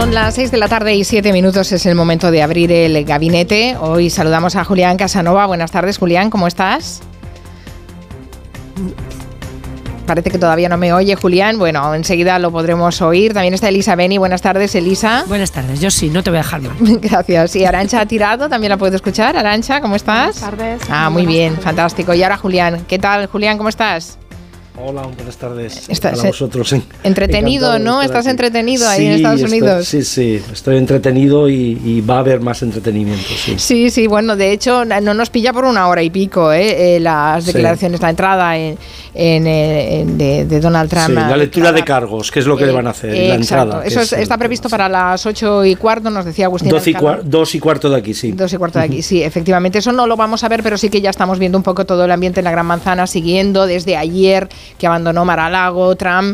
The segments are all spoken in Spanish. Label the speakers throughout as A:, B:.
A: Son las 6 de la tarde y 7 minutos, es el momento de abrir el gabinete. Hoy saludamos a Julián Casanova. Buenas tardes, Julián, ¿cómo estás? Parece que todavía no me oye, Julián. Bueno, enseguida lo podremos oír. También está Elisa Beni. Buenas tardes, Elisa.
B: Buenas tardes, yo sí, no te voy a dejar mal.
A: Gracias. Y Arantxa Tirado, también la puedo escuchar. Arantxa, ¿cómo estás?
C: Buenas tardes.
A: Muy bien, fantástico. Y ahora Julián, ¿qué tal, Julián? ¿Cómo estás?
D: Hola, buenas tardes.
A: Estás
D: a vosotros.
A: entretenido, ¿no? ¿Estás entretenido ahí en Estados Unidos?
D: Sí, estoy entretenido y va a haber más entretenimiento, sí.
A: Sí, bueno, de hecho no nos pilla por una hora y pico, las declaraciones, la entrada de Donald Trump.
D: Sí, la lectura de cargos, que es lo que le van a hacer, la entrada.
A: Eso está previsto para las 8:15, nos decía Agustín.
D: 2:15 de aquí, sí.
A: 2:15 de aquí, sí, efectivamente. Eso no lo vamos a ver, pero sí que ya estamos viendo un poco todo el ambiente en la Gran Manzana, siguiendo desde ayer que abandonó Mar-a-Lago, Trump,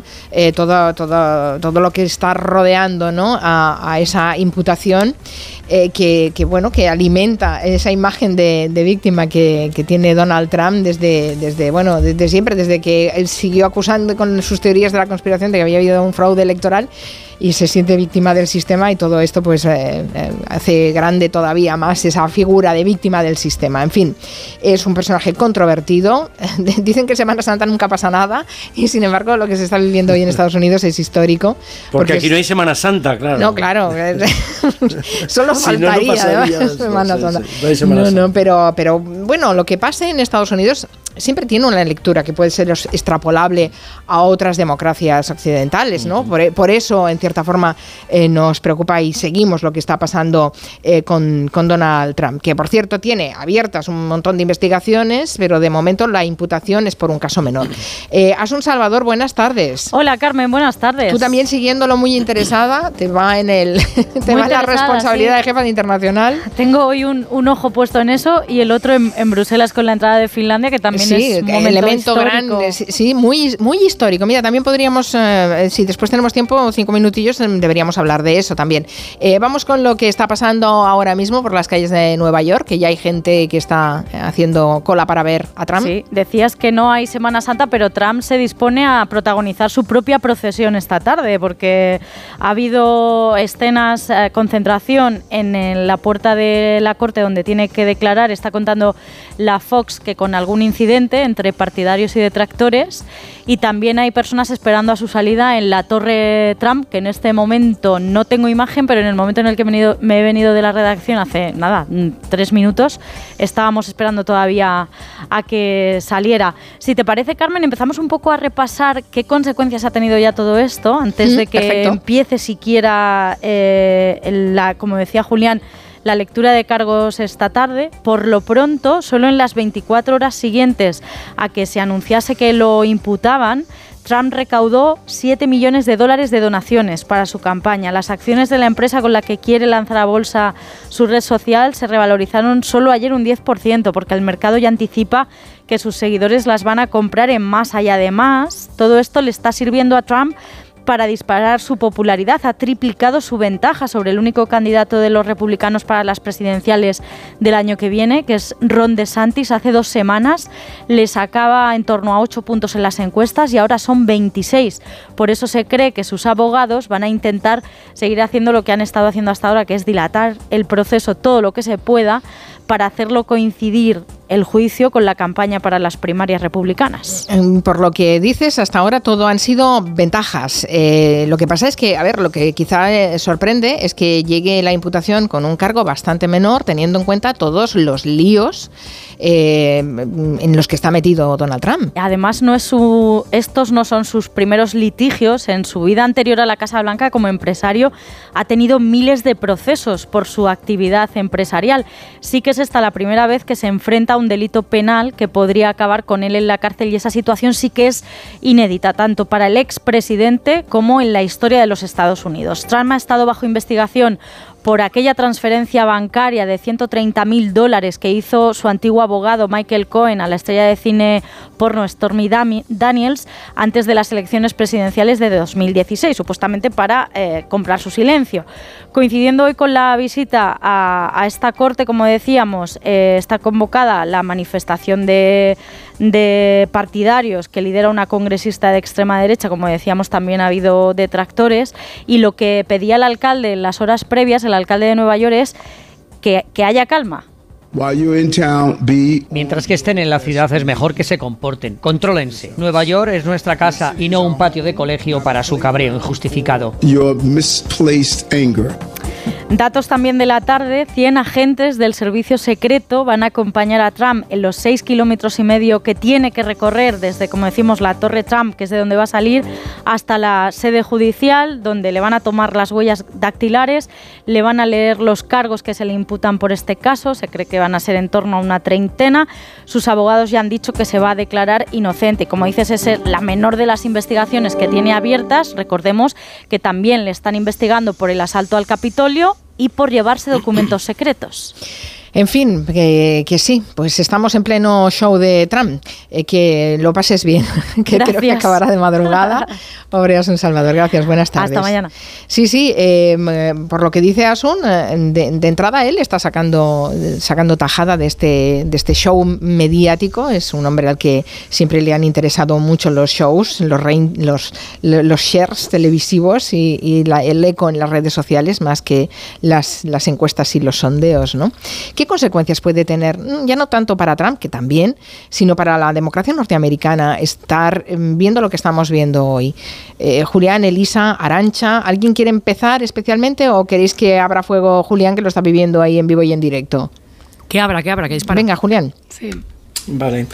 A: todo lo que está rodeando, ¿no?, a esa imputación que alimenta esa imagen de víctima que tiene Donald Trump desde siempre, desde que él siguió acusando con sus teorías de la conspiración de que había habido un fraude electoral y se siente víctima del sistema, y todo esto pues hace grande todavía más esa figura de víctima del sistema. En fin, es un personaje controvertido. Dicen que Semana Santa nunca pasa nada, y sin embargo lo que se está viviendo hoy en Estados Unidos es histórico.
D: Porque aquí no hay Semana Santa, claro.
A: No, claro. Solo faltaría,
D: no
A: además, Semana Santa. No hay Semana Santa. Pero bueno, lo que pase en Estados Unidos siempre tiene una lectura que puede ser extrapolable a otras democracias occidentales, ¿no? Por eso, en cierta forma, nos preocupa y seguimos lo que está pasando con Donald Trump, que por cierto tiene abiertas un montón de investigaciones, pero de momento la imputación es por un caso menor. Asun Salvador, buenas tardes.
C: Hola, Carmen, buenas tardes.
A: Tú también, siguiéndolo, muy interesada, te va la responsabilidad de jefa de internacional.
C: Tengo hoy un ojo puesto en eso y el otro en Bruselas con la entrada de Finlandia, que también es un momento
A: elemento
C: histórico.
A: Gran, sí, muy histórico. Mira, también podríamos, si después tenemos tiempo, 5 minutillos, deberíamos hablar de eso también. Vamos con lo que está pasando ahora mismo por las calles de Nueva York, que ya hay gente que está haciendo cola para ver a Trump.
C: Sí, decías que no hay Semana Santa, pero Trump se dispone a protagonizar su propia procesión esta tarde, porque ha habido escenas, concentración en la puerta de la corte donde tiene que declarar. Está contando la Fox que con algún incidente entre partidarios y detractores, y también hay personas esperando a su salida en la Torre Trump, que en este momento no tengo imagen, pero en el momento en el que me he venido de la redacción hace 3 minutos, estábamos esperando todavía a que saliera. Si te parece, Carmen, empezamos un poco a repasar qué consecuencias ha tenido ya todo esto antes de que empiece siquiera como decía Julián, la lectura de cargos esta tarde. Por lo pronto, solo en las 24 horas siguientes a que se anunciase que lo imputaban, Trump recaudó $7 millones de donaciones para su campaña. Las acciones de la empresa con la que quiere lanzar a bolsa su red social se revalorizaron solo ayer un 10%, porque el mercado ya anticipa que sus seguidores las van a comprar en masa, y además todo esto le está sirviendo a Trump para disparar su popularidad. Ha triplicado su ventaja sobre el único candidato de los republicanos para las presidenciales del año que viene, que es Ron DeSantis. Hace 2 semanas le sacaba en torno a 8 puntos en las encuestas y ahora son 26. Por eso se cree que sus abogados van a intentar seguir haciendo lo que han estado haciendo hasta ahora, que es dilatar el proceso todo lo que se pueda para hacerlo coincidir el juicio con la campaña para las primarias republicanas.
A: Por lo que dices, hasta ahora todo han sido ventajas. Lo que pasa es que, lo que quizá sorprende es que llegue la imputación con un cargo bastante menor, teniendo en cuenta todos los líos en los que está metido Donald Trump.
C: Además, estos no son sus primeros litigios. En su vida anterior a la Casa Blanca, como empresario, ha tenido miles de procesos por su actividad empresarial. Sí que es esta la primera vez que se enfrenta a un delito penal que podría acabar con él en la cárcel, y esa situación sí que es inédita, tanto para el expresidente como en la historia de los Estados Unidos. Trump ha estado bajo investigación por aquella transferencia bancaria de $130.000 que hizo su antiguo abogado Michael Cohen a la estrella de cine porno Stormy Daniels antes de las elecciones presidenciales de 2016, supuestamente para comprar su silencio. Coincidiendo hoy con la visita a esta corte, como decíamos, está convocada la manifestación de partidarios que lidera una congresista de extrema derecha. Como decíamos, también ha habido detractores, y lo que pedía el alcalde en las horas previas, el alcalde de Nueva York, es que haya calma.
E: Mientras que estén en la ciudad es mejor que se comporten, contrólense. Nueva York es nuestra casa y no un patio de colegio para su cabreo injustificado.
C: Datos también de la tarde: 100 agentes del servicio secreto van a acompañar a Trump en los 6,5 kilómetros que tiene que recorrer desde, como decimos, la Torre Trump, que es de donde va a salir, hasta la sede judicial, donde le van a tomar las huellas dactilares, le van a leer los cargos que se le imputan por este caso. Se cree que van a ser en torno a una 30. Sus abogados ya han dicho que se va a declarar inocente. Y como dices, es la menor de las investigaciones que tiene abiertas. Recordemos que también le están investigando por el asalto al Capitolio y por llevarse documentos secretos.
A: En fin, que sí, pues estamos en pleno show de Trump. Que lo pases bien, que creo que acabará de madrugada. Pobre Asun Salvador, gracias, buenas tardes.
C: Hasta mañana.
A: Sí, por lo que dice Asun, de entrada él está sacando tajada de este show mediático. Es un hombre al que siempre le han interesado mucho los shows, los shares televisivos y el eco en las redes sociales, más que las encuestas y los sondeos, ¿no? ¿Qué consecuencias puede tener, ya no tanto para Trump, que también, sino para la democracia norteamericana, estar viendo lo que estamos viendo hoy? Julián, Elisa, Arantxa, ¿alguien quiere empezar especialmente o queréis que abra fuego Julián, que lo está viviendo ahí en vivo y en directo?
B: Que abra, que dispara.
A: Venga, Julián.
B: Sí.
D: Vale.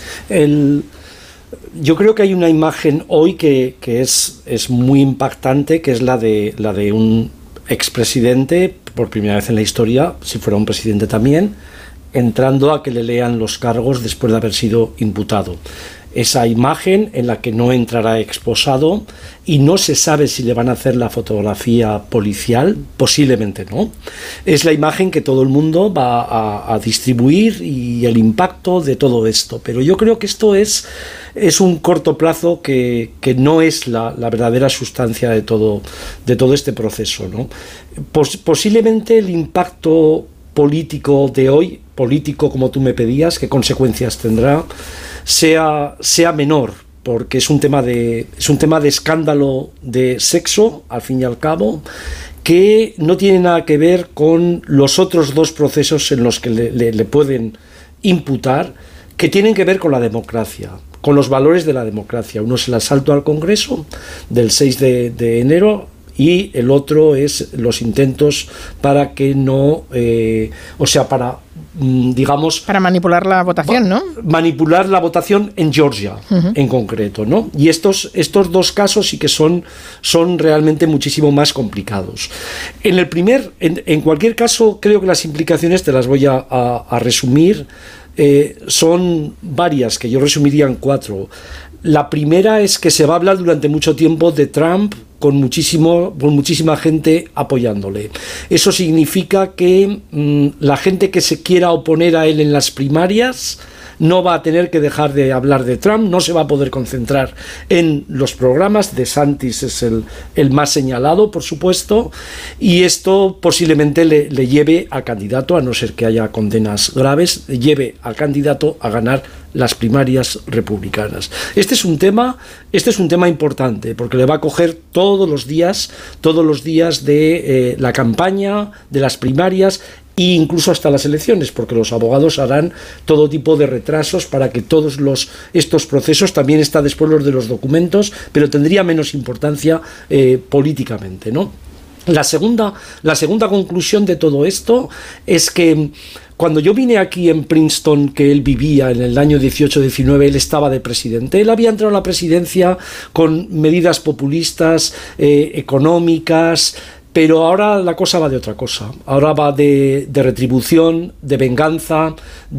D: Yo creo que hay una imagen hoy que es muy impactante, que es la de un expresidente, por primera vez en la historia, si fuera un presidente también, entrando a que le lean los cargos después de haber sido imputado. Esa imagen en la que no entrará esposado y no se sabe si le van a hacer la fotografía policial, posiblemente no. Es la imagen que todo el mundo va a distribuir y el impacto de todo esto. Pero yo creo que esto es un corto plazo que no es la verdadera sustancia de todo este proceso, ¿no? Posiblemente el impacto político de hoy, político como tú me pedías, qué consecuencias tendrá, sea menor, porque es un tema de escándalo de sexo, al fin y al cabo, que no tiene nada que ver con los otros dos procesos en los que le pueden imputar, que tienen que ver con la democracia, con los valores de la democracia. Uno es el asalto al Congreso del 6 de enero y el otro es los intentos para que no, para manipular la votación, ¿no? Manipular la votación en Georgia, en concreto, ¿no? Y estos dos casos sí que son realmente muchísimo más complicados. En cualquier caso, creo que las implicaciones te las voy a resumir. Son varias, que yo resumiría en 4. La primera es que se va a hablar durante mucho tiempo de Trump con muchísima gente apoyándole. Eso significa que la gente que se quiera oponer a él en las primarias no va a tener que dejar de hablar de Trump, no se va a poder concentrar en los programas. DeSantis es el más señalado, por supuesto, y esto posiblemente le lleve al candidato, a no ser que haya condenas graves, lleve al candidato a ganar las primarias republicanas. Este es un tema importante, porque le va a coger todos los días de la campaña, de las primarias, e incluso hasta las elecciones, porque los abogados harán todo tipo de retrasos para que todos estos procesos, también está después los de los documentos, pero tendría menos importancia políticamente, ¿no? La segunda conclusión de todo esto es que cuando yo vine aquí en Princeton, que él vivía en el año 18-19, él estaba de presidente. Él había entrado a la presidencia con medidas populistas, económicas, Pero ahora la cosa va de otra cosa. Ahora va de retribución, de venganza,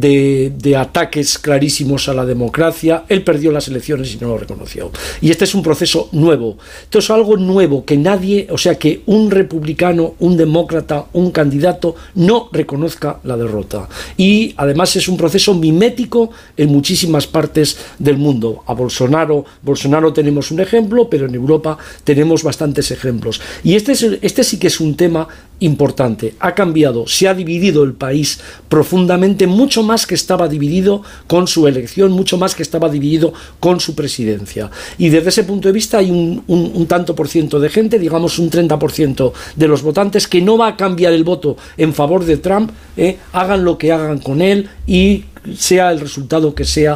D: de ataques clarísimos a la democracia. Él perdió las elecciones y no lo reconoció. Y este es un proceso nuevo. Esto es algo nuevo que nadie, o sea, que un republicano, un demócrata, un candidato no reconozca la derrota. Y además es un proceso mimético en muchísimas partes del mundo. A Bolsonaro tenemos un ejemplo, pero en Europa tenemos bastantes ejemplos. Y este sí que es un tema importante. Ha cambiado, se ha dividido el país profundamente, mucho más que estaba dividido con su elección, mucho más que estaba dividido con su presidencia. Y desde ese punto de vista hay un tanto por ciento de gente, digamos un 30% de los votantes, que no va a cambiar el voto en favor de Trump, hagan lo que hagan con él y sea el resultado que sea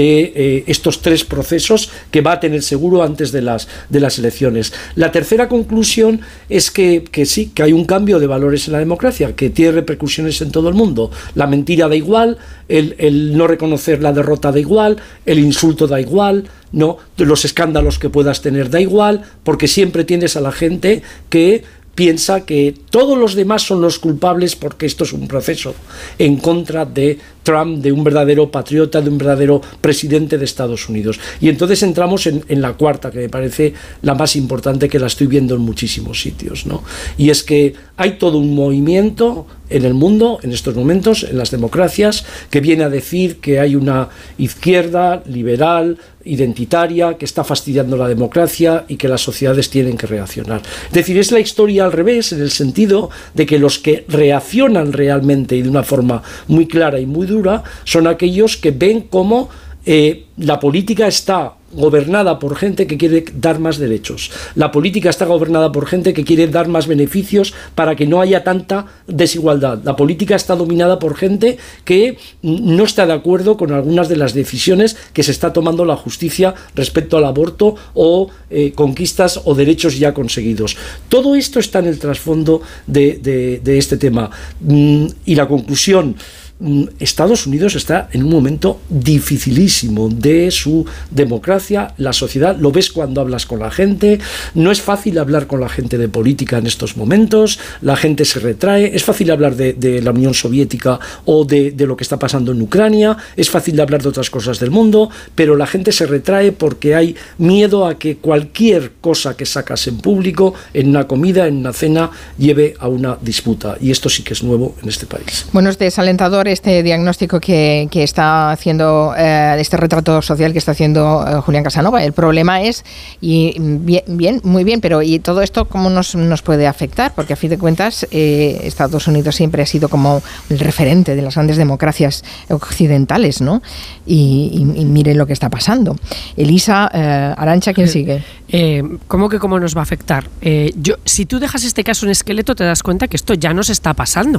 D: de estos tres procesos que va a tener seguro antes de las elecciones. La tercera conclusión es que sí, que hay un cambio de valores en la democracia, que tiene repercusiones en todo el mundo. La mentira da igual, el no reconocer la derrota da igual, el insulto da igual, no, los escándalos que puedas tener da igual, porque siempre tienes a la gente que piensa que todos los demás son los culpables porque esto es un proceso en contra de Trump, de un verdadero patriota, de un verdadero presidente de Estados Unidos. Y entonces entramos en la cuarta, que me parece la más importante, que la estoy viendo en muchísimos sitios, ¿no? Y es que hay todo un movimiento en el mundo, en estos momentos, en las democracias, que viene a decir que hay una izquierda liberal, identitaria, que está fastidiando la democracia y que las sociedades tienen que reaccionar. Es decir, es la historia al revés, en el sentido de que los que reaccionan realmente y de una forma muy clara y muy dura son aquellos que ven cómo la política está gobernada por gente que quiere dar más derechos. La política está gobernada por gente que quiere dar más beneficios para que no haya tanta desigualdad. La política está dominada por gente que no está de acuerdo con algunas de las decisiones que se está tomando la justicia respecto al aborto o conquistas o derechos ya conseguidos. Todo esto está en el trasfondo de este tema. Y la conclusión: Estados Unidos está en un momento dificilísimo de su democracia, la sociedad, lo ves cuando hablas con la gente, no es fácil hablar con la gente de política en estos momentos, la gente se retrae, es fácil hablar de la Unión Soviética o de lo que está pasando en Ucrania, es fácil de hablar de otras cosas del mundo, pero la gente se retrae porque hay miedo a que cualquier cosa que sacas en público, en una comida, en una cena, lleve a una disputa, y esto sí que es nuevo en este país.
A: Bueno, es desalentador este diagnóstico que está haciendo, este retrato social que está haciendo Julián Casanova. El problema es, y bien, muy bien, pero ¿y todo esto cómo nos puede afectar? Porque a fin de cuentas Estados Unidos siempre ha sido como el referente de las grandes democracias occidentales, ¿no? Y mire lo que está pasando. Elisa, Arantxa, ¿quién sigue?
B: ¿Cómo que cómo nos va a afectar? Si tú dejas este caso en esqueleto, te das cuenta que esto ya nos está pasando.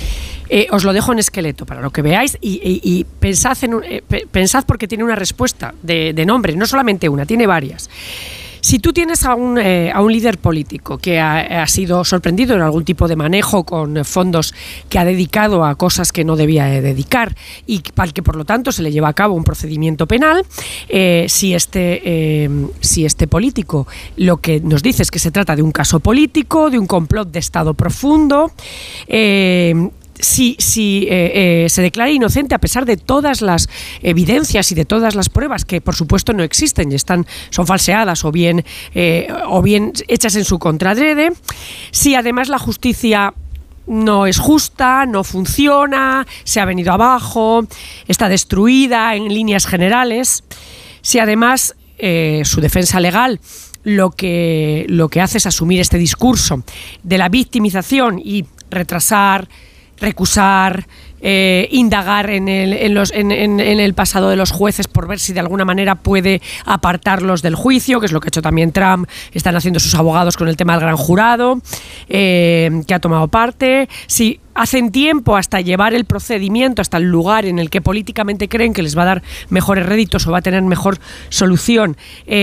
B: Os lo dejo en esqueleto para lo que veáis y pensad, pensad porque tiene una respuesta de nombre, no solamente una, tiene varias. Si tú tienes a un líder político que ha sido sorprendido en algún tipo de manejo con fondos que ha dedicado a cosas que no debía dedicar y para que por lo tanto se le lleva a cabo un procedimiento penal, si este político lo que nos dice es que se trata de un caso político, de un complot de Estado profundo, si se declara inocente a pesar de todas las evidencias y de todas las pruebas que por supuesto no existen y son falseadas o bien hechas en su contra adrede, si además la justicia no es justa, no funciona, se ha venido abajo, está destruida en líneas generales, si además su defensa legal lo que hace es asumir este discurso de la victimización y retrasar, recusar, indagar en el pasado de los jueces por ver si de alguna manera puede apartarlos del juicio, que es lo que ha hecho también Trump, están haciendo sus abogados con el tema del gran jurado, que ha tomado parte. Si hacen tiempo hasta llevar el procedimiento hasta el lugar en el que políticamente creen que les va a dar mejores réditos o va a tener mejor solución.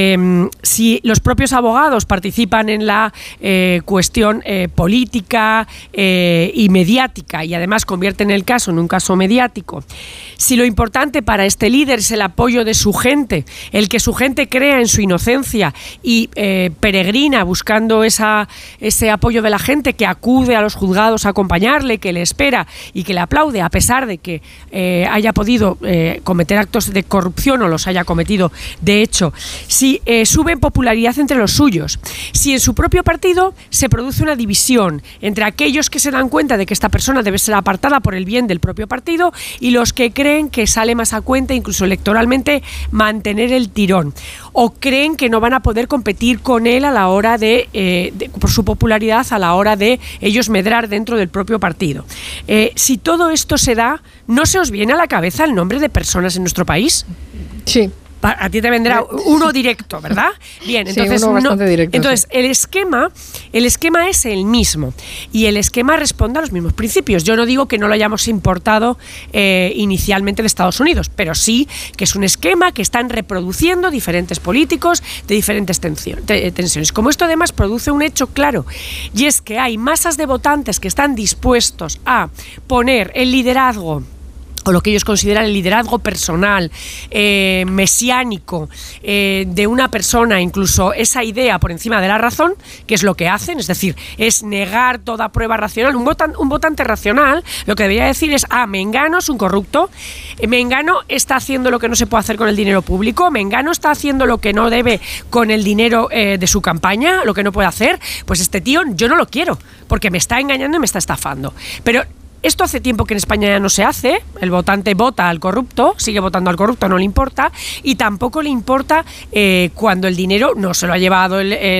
B: Si los propios abogados participan en la cuestión política y mediática y además convierten el caso en un caso mediático, si lo importante para este líder es el apoyo de su gente, el que su gente crea en su inocencia y peregrina buscando ese apoyo de la gente que acude a los juzgados a acompañarle, que le espera y que le aplaude a pesar de que haya podido cometer actos de corrupción o los haya cometido de hecho, si sube en popularidad entre los suyos, si en su propio partido se produce una división entre aquellos que se dan cuenta de que esta persona debe ser apartada por el bien del propio partido y los que creen que sale más a cuenta, incluso electoralmente, mantener el tirón, o creen que no van a poder competir con él a la hora por su popularidad a la hora de ellos medrar dentro del propio partido. Si todo esto se da, ¿no se os viene a la cabeza el nombre de personas en nuestro país?
A: Sí.
B: A ti te vendrá uno directo, ¿verdad? Bien, entonces,
A: sí, uno bastante directo,
B: entonces
A: sí.
B: el esquema es el mismo y el esquema responde a los mismos principios. Yo no digo que no lo hayamos importado inicialmente de Estados Unidos, pero sí que es un esquema que están reproduciendo diferentes políticos de diferentes tensiones. Como esto además produce un hecho claro, y es que hay masas de votantes que están dispuestos a poner el liderazgo o lo que ellos consideran el liderazgo personal, mesiánico, de una persona, incluso esa idea por encima de la razón, que es lo que hacen, es decir, es negar toda prueba racional. Un votante racional lo que debería decir es, Mengano es un corrupto, Mengano está haciendo lo que no se puede hacer con el dinero público, Mengano está haciendo lo que no debe con el dinero de su campaña, lo que no puede hacer, pues este tío yo no lo quiero, porque me está engañando y me está estafando. Pero esto hace tiempo que en España ya no se hace, el votante vota al corrupto, sigue votando al corrupto, no le importa, y tampoco le importa cuando el dinero no se lo ha llevado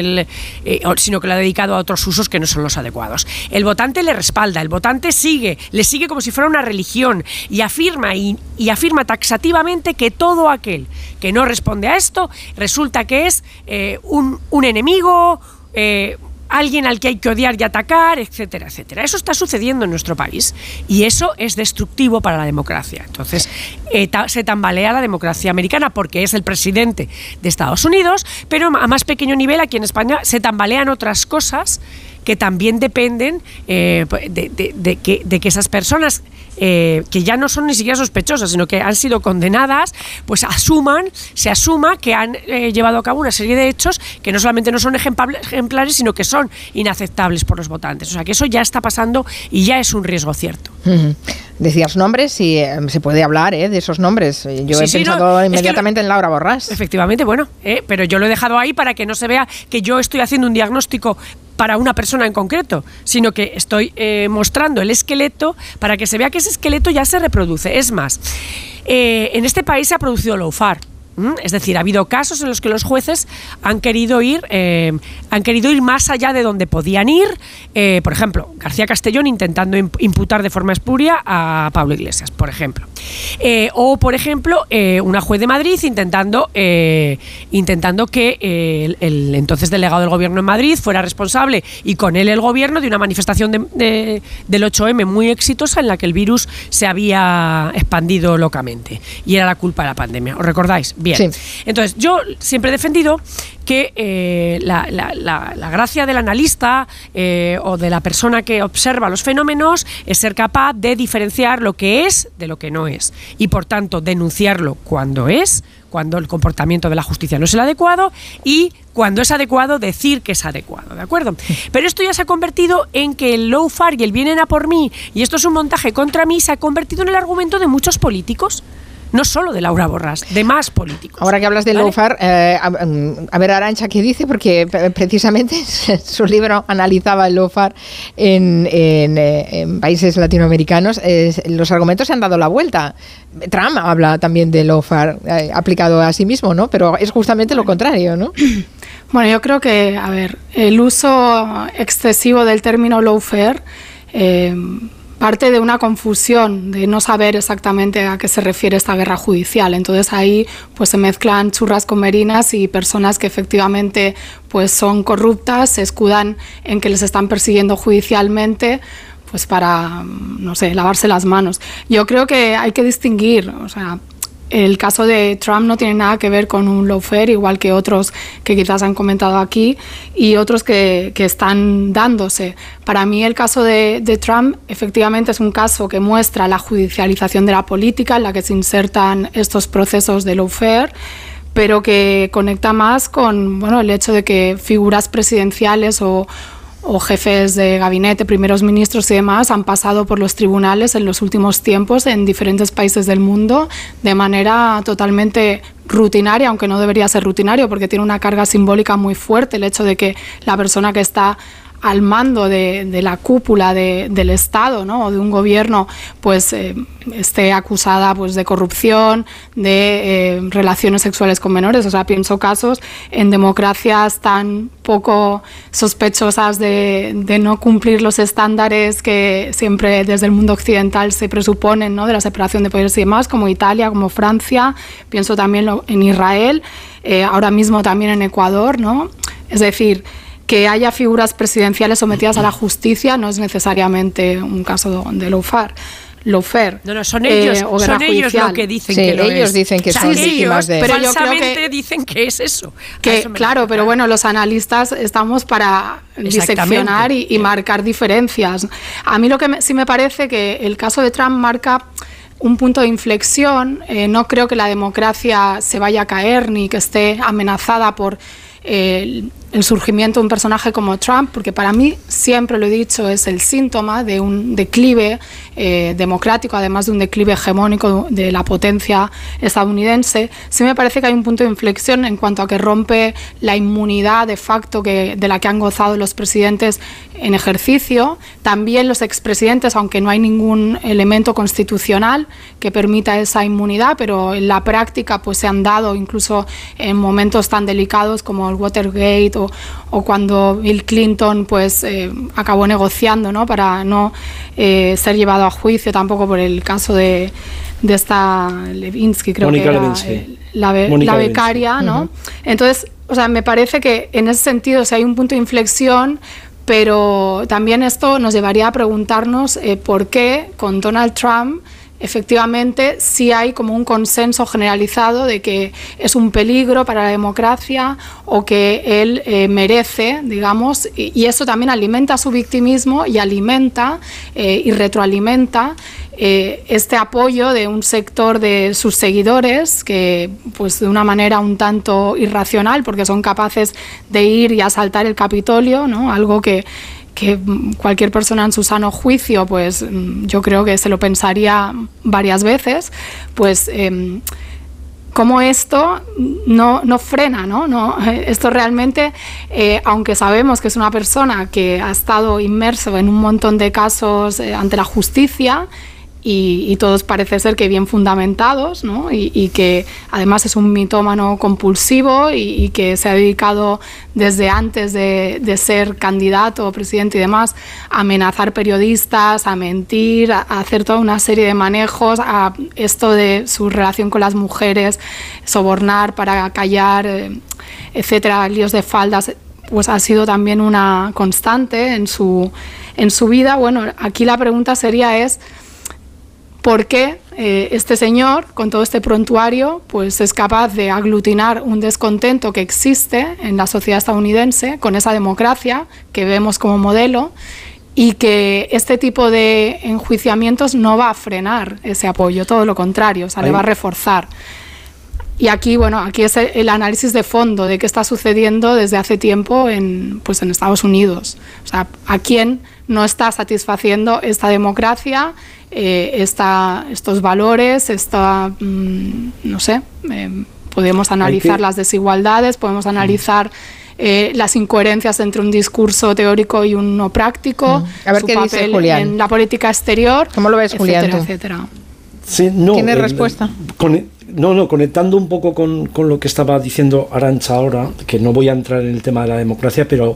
B: sino que lo ha dedicado a otros usos que no son los adecuados. El votante le respalda, el votante le sigue como si fuera una religión y afirma taxativamente que todo aquel que no responde a esto resulta que es un enemigo, alguien al que hay que odiar y atacar, etcétera, etcétera. Eso está sucediendo en nuestro país y eso es destructivo para la democracia. Entonces, se tambalea la democracia americana porque es el presidente de Estados Unidos, pero a más pequeño nivel aquí en España se tambalean otras cosas que también dependen de que esas personas que ya no son ni siquiera sospechosas, sino que han sido condenadas, pues se asuma que han llevado a cabo una serie de hechos que no solamente no son ejemplares, sino que son inaceptables por los votantes. O sea, que eso ya está pasando y ya es un riesgo cierto.
A: Decías nombres y se puede hablar de esos nombres. Yo he pensado inmediatamente en Laura Borràs.
B: Efectivamente, bueno, pero yo lo he dejado ahí para que no se vea que yo estoy haciendo un diagnóstico para una persona en concreto, sino que estoy mostrando el esqueleto para que se vea que ese esqueleto ya se reproduce. Es más, en este país se ha producido lawfare. Es decir, ha habido casos en los que los jueces han querido ir más allá de donde podían ir. Por ejemplo, García Castellón intentando imputar de forma espuria a Pablo Iglesias, por ejemplo. O, por ejemplo, una juez de Madrid intentando que el entonces delegado del gobierno en Madrid fuera responsable, y con él el gobierno, de una manifestación del 8M muy exitosa en la que el virus se había expandido locamente y era la culpa de la pandemia. ¿Os recordáis? Bien. Sí. Entonces, yo siempre he defendido que la gracia del analista o de la persona que observa los fenómenos es ser capaz de diferenciar lo que es de lo que no es y, por tanto, denunciarlo cuando el comportamiento de la justicia no es el adecuado, y cuando es adecuado, decir que es adecuado, ¿de acuerdo? Pero esto ya se ha convertido en que el lawfare y el vienen a por mí y esto es un montaje contra mí, se ha convertido en el argumento de muchos políticos. No solo de Laura Borràs, de más políticos.
A: Ahora que hablas de lawfare, a ver, Arantxa, ¿qué dice? Porque precisamente su libro analizaba el lawfare en países latinoamericanos. Los argumentos se han dado la vuelta. Trump habla también de lawfare aplicado a sí mismo, ¿no? Pero es justamente lo contrario, ¿no?
F: Bueno, yo creo que, a ver, el uso excesivo del término lawfare parte de una confusión de no saber exactamente a qué se refiere esta guerra judicial. Entonces ahí pues se mezclan churras con merinas y personas que efectivamente pues son corruptas, se escudan en que les están persiguiendo judicialmente, pues para, no sé, lavarse las manos. Yo creo que hay que distinguir, o sea, el caso de Trump no tiene nada que ver con un lawfare, igual que otros que quizás han comentado aquí y otros que están dándose. Para mí el caso de Trump efectivamente es un caso que muestra la judicialización de la política en la que se insertan estos procesos de lawfare, pero que conecta más con, bueno, el hecho de que figuras presidenciales o jefes de gabinete, primeros ministros y demás han pasado por los tribunales en los últimos tiempos en diferentes países del mundo de manera totalmente rutinaria, aunque no debería ser rutinario porque tiene una carga simbólica muy fuerte el hecho de que la persona que está al mando de la cúpula del Estado, ¿no? O de un gobierno, pues esté acusada pues de corrupción, de relaciones sexuales con menores. O sea, pienso casos en democracias tan poco sospechosas de no cumplir los estándares que siempre desde el mundo occidental se presuponen, ¿no? De la separación de poderes y demás, como Italia, como Francia. Pienso también en Israel, ahora mismo también en Ecuador, ¿no? Es decir, que haya figuras presidenciales sometidas a la justicia no es necesariamente un caso de lawfare.
B: No, son ellos lo que dicen que lo
A: ellos
B: es.
A: Dicen que son víctimas de...
B: Pero falsamente dicen que es eso.
F: Claro, pero bueno, los analistas estamos para diseccionar y marcar diferencias. A mí lo que sí me parece que el caso de Trump marca un punto de inflexión. No creo que la democracia se vaya a caer ni que esté amenazada por el surgimiento de un personaje como Trump, porque para mí, siempre lo he dicho, es el síntoma de un declive democrático, además de un declive hegemónico de la potencia estadounidense. Sí me parece que hay un punto de inflexión en cuanto a que rompe la inmunidad de facto de la que han gozado los presidentes en ejercicio, también los expresidentes, aunque no hay ningún elemento constitucional que permita esa inmunidad, pero en la práctica pues se han dado incluso en momentos tan delicados como el Watergate o cuando Bill Clinton pues acabó negociando, ¿no? Para no ser llevado a juicio tampoco por el caso de esta Levinsky, creo
D: Mónica
F: que era
D: Lewinsky.
F: la becaria, ¿no? Entonces, o sea, me parece que en ese sentido hay un punto de inflexión, pero también esto nos llevaría a preguntarnos por qué con Donald Trump efectivamente sí hay como un consenso generalizado de que es un peligro para la democracia o que él merece, digamos, y eso también alimenta su victimismo y alimenta y retroalimenta este apoyo de un sector de sus seguidores que pues de una manera un tanto irracional, porque son capaces de ir y asaltar el Capitolio, ¿no? Algo que cualquier persona en su sano juicio, pues yo creo que se lo pensaría varias veces, pues como esto no frena, ¿no? Esto realmente, aunque sabemos que es una persona que ha estado inmerso en un montón de casos ante la justicia, y todos parece ser que bien fundamentados, ¿no? Y que además es un mitómano compulsivo y que se ha dedicado desde antes de ser candidato, presidente y demás, a amenazar periodistas, a mentir, a hacer toda una serie de manejos, a esto de su relación con las mujeres, sobornar para callar, etcétera, líos de faldas, pues ha sido también una constante en su vida. Bueno, aquí la pregunta sería ¿por qué este señor, con todo este prontuario, pues es capaz de aglutinar un descontento que existe en la sociedad estadounidense con esa democracia que vemos como modelo y que este tipo de enjuiciamientos no va a frenar ese apoyo, todo lo contrario, o sea, le va a reforzar? Y aquí, bueno, aquí es el análisis de fondo de qué está sucediendo desde hace tiempo en Estados Unidos. O sea, ¿a quién no está satisfaciendo esta democracia, estos valores, no sé, podemos analizar las desigualdades, podemos analizar las incoherencias entre un discurso teórico y uno práctico,
A: a ver
F: su
A: qué
F: papel
A: dice Julián
F: en la política exterior.
A: ¿Cómo lo ves, Julián?
F: Etcétera.
D: Sí, no,
A: ¿Tienes respuesta?
D: Conectando un poco con lo que estaba diciendo Arantxa ahora, que no voy a entrar en el tema de la democracia, pero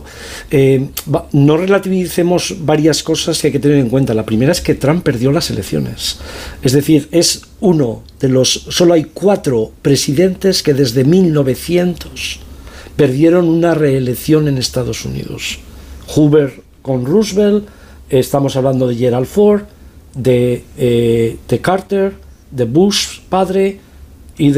D: no relativicemos varias cosas que hay que tener en cuenta. La primera es que Trump perdió las elecciones. Es decir, es solo hay 4 presidentes que desde 1900 perdieron una reelección en Estados Unidos. Hoover con Roosevelt, estamos hablando de Gerald Ford, de Carter, de Bush padre y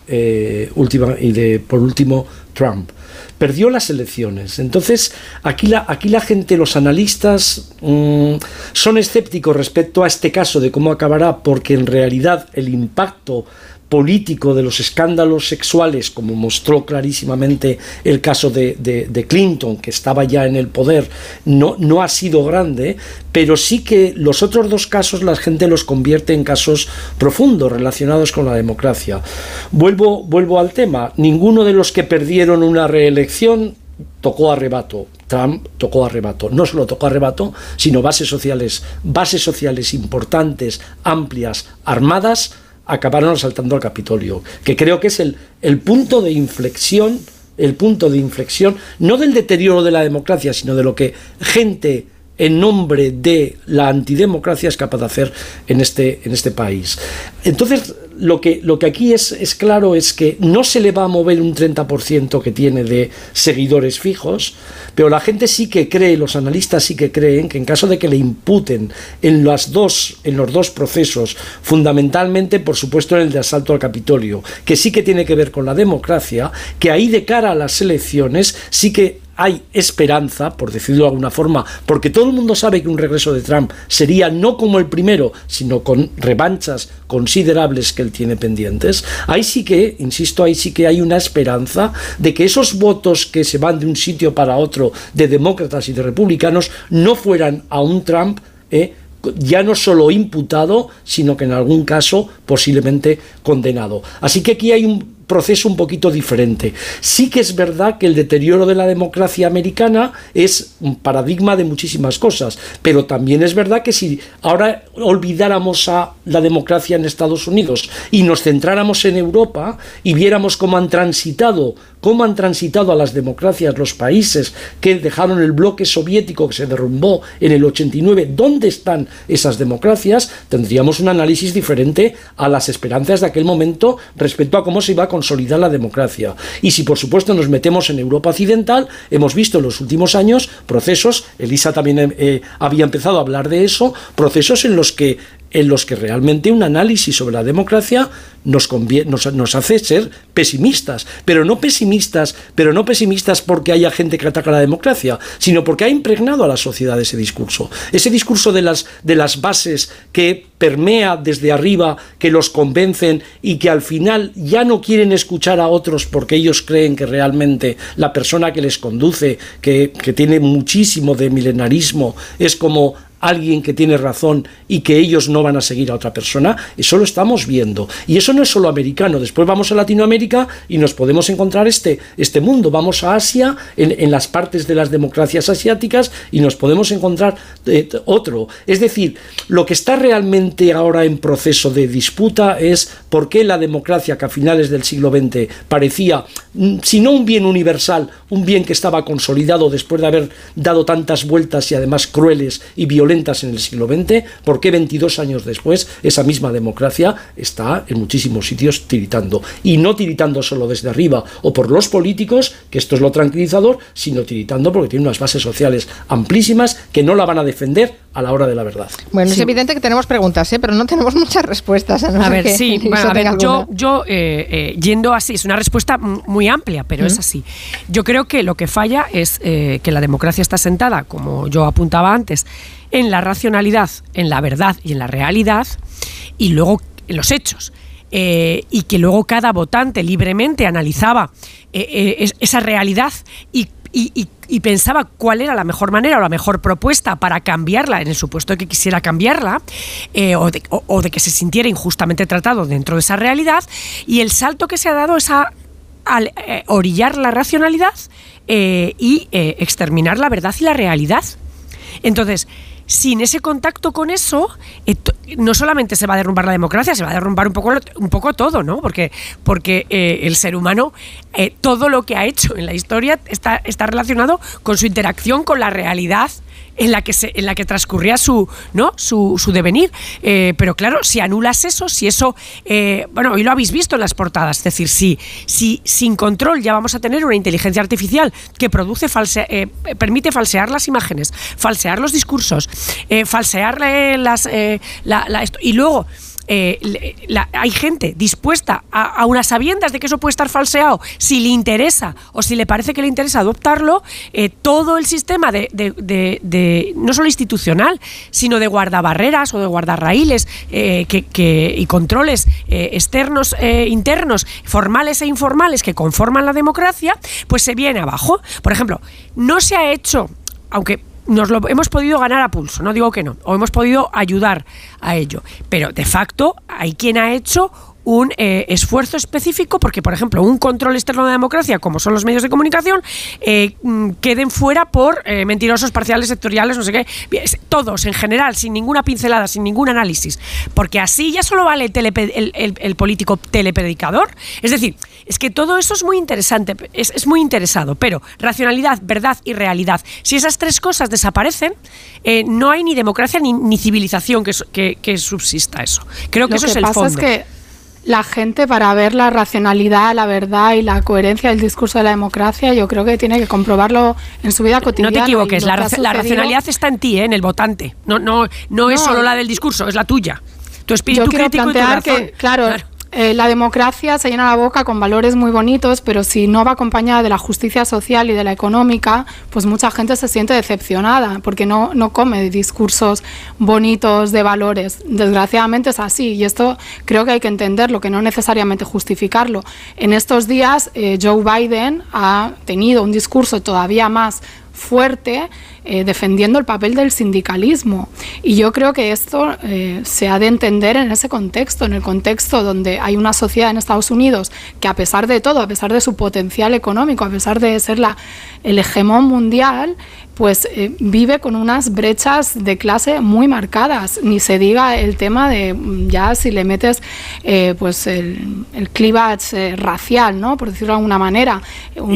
D: por último Trump. Perdió las elecciones. Entonces, aquí la gente, los analistas, son escépticos respecto a este caso de cómo acabará, porque en realidad el impacto político de los escándalos sexuales, como mostró clarísimamente el caso de Clinton, que estaba ya en el poder, no ha sido grande, pero sí que los otros dos casos la gente los convierte en casos profundos relacionados con la democracia. Vuelvo al tema. Ninguno de los que perdieron una reelección tocó a rebato. Trump tocó a rebato. No solo tocó a rebato, sino bases sociales importantes, amplias, armadas, acabaron asaltando al Capitolio, que creo que es el punto de inflexión, no del deterioro de la democracia, sino de lo que gente en nombre de la antidemocracia es capaz de hacer en este país. Entonces, lo que aquí es claro es que no se le va a mover un 30% que tiene de seguidores fijos, pero la gente sí que cree, los analistas sí que creen que en caso de que le imputen en los dos procesos, fundamentalmente, por supuesto, en el de asalto al Capitolio, que sí que tiene que ver con la democracia, que ahí de cara a las elecciones sí que hay esperanza, por decirlo de alguna forma, porque todo el mundo sabe que un regreso de Trump sería no como el primero, sino con revanchas considerables que él tiene pendientes. Ahí sí que, insisto, ahí sí que hay una esperanza de que esos votos que se van de un sitio para otro, de demócratas y de republicanos, no fueran a un Trump ya no solo imputado, sino que en algún caso posiblemente condenado. Así que aquí hay un proceso un poquito diferente. Sí que es verdad que el deterioro de la democracia americana es un paradigma de muchísimas cosas, pero también es verdad que si ahora olvidáramos a la democracia en Estados Unidos y nos centráramos en Europa y viéramos cómo han transitado a las democracias los países que dejaron el bloque soviético que se derrumbó en el 89, ¿dónde están esas democracias? Tendríamos un análisis diferente a las esperanzas de aquel momento respecto a cómo se iba a consolidar la democracia. Y si por supuesto nos metemos en Europa occidental, hemos visto en los últimos años procesos, Elisa también había empezado a hablar de eso, procesos en los que realmente un análisis sobre la democracia nos hace ser pesimistas, pero no pesimistas porque haya gente que ataca la democracia, sino porque ha impregnado a la sociedad ese discurso de las bases que permea desde arriba, que los convencen y que al final ya no quieren escuchar a otros porque ellos creen que realmente la persona que les conduce, que tiene muchísimo de milenarismo, es como alguien que tiene razón y que ellos no van a seguir a otra persona. Eso lo estamos viendo. Y eso no es solo americano. Después vamos a Latinoamérica y nos podemos encontrar este mundo. Vamos a Asia, en las partes de las democracias asiáticas, y nos podemos encontrar otro. Es decir, lo que está realmente ahora en proceso de disputa es por qué la democracia, que a finales del siglo XX parecía, si no un bien universal, un bien que estaba consolidado después de haber dado tantas vueltas y además crueles y violentas en el siglo XX, ¿por qué 22 años después esa misma democracia está en muchísimos sitios tiritando? Y no tiritando solo desde arriba o por los políticos, que esto es lo tranquilizador, sino tiritando porque tiene unas bases sociales amplísimas que no la van a defender a la hora de la verdad.
A: Bueno, sí. Es evidente que tenemos preguntas, pero no tenemos muchas respuestas.
B: A ver, sí, bueno, a ver, yo yendo así, es una respuesta muy amplia, pero es así. Yo creo que lo que falla es que la democracia está sentada, como yo apuntaba antes, en la racionalidad, en la verdad y en la realidad, y luego en los hechos. Y que luego cada votante libremente analizaba esa realidad y pensaba cuál era la mejor manera o la mejor propuesta para cambiarla, en el supuesto de que quisiera cambiarla, o de que se sintiera injustamente tratado dentro de esa realidad, y el salto que se ha dado es al orillar la racionalidad y exterminar la verdad y la realidad. Entonces, sin ese contacto con eso, no solamente se va a derrumbar la democracia, se va a derrumbar un poco todo, ¿no? Porque el ser humano, todo lo que ha hecho en la historia está relacionado con su interacción con la realidad en la que transcurría su devenir. Pero claro, si anulas eso, si eso, hoy lo habéis visto en las portadas, es decir, si sin control ya vamos a tener una inteligencia artificial que permite falsear las imágenes, falsear los discursos, falsear y luego hay gente dispuesta a unas sabiendas de que eso puede estar falseado, si le interesa o si le parece que le interesa adoptarlo, todo el sistema de no solo institucional, sino de guardabarreras o de guardarraíles y controles externos, internos, formales e informales que conforman la democracia, pues se viene abajo. Por ejemplo, no se ha hecho, aunque nos lo hemos podido ganar a pulso, no digo que no, o hemos podido ayudar a ello, pero de facto hay quien ha hecho un esfuerzo específico porque, por ejemplo, un control externo de la democracia, como son los medios de comunicación, queden fuera por mentirosos, parciales, sectoriales, no sé qué, todos en general, sin ninguna pincelada, sin ningún análisis, porque así ya solo vale el político telepredicador. Es decir, es que todo eso es muy interesante, es muy interesado, pero racionalidad, verdad y realidad, si esas tres cosas desaparecen, no hay ni democracia ni civilización que subsista eso. Creo que eso es el fondo.
F: Lo que pasa es que la gente, para ver la racionalidad, la verdad y la coherencia del discurso de la democracia, yo creo que tiene que comprobarlo en su vida cotidiana.
B: No te equivoques, la racionalidad está en ti, en el votante. No es solo la del discurso, es la tuya. Tu espíritu crítico y tu razón.
F: Que, claro. La democracia se llena la boca con valores muy bonitos, pero si no va acompañada de la justicia social y de la económica, pues mucha gente se siente decepcionada porque no come discursos bonitos de valores. Desgraciadamente es así, y esto creo que hay que entenderlo, que no necesariamente justificarlo. En estos días Joe Biden ha tenido un discurso todavía más fuerte defendiendo el papel del sindicalismo, y yo creo que esto se ha de entender en ese contexto, en el contexto donde hay una sociedad en Estados Unidos que, a pesar de todo, a pesar de su potencial económico, a pesar de ser el hegemón mundial, pues vive con unas brechas de clase muy marcadas. Ni se diga el tema de, ya si le metes pues el cleavage racial, ¿no?, por decirlo de alguna manera. Una
D: y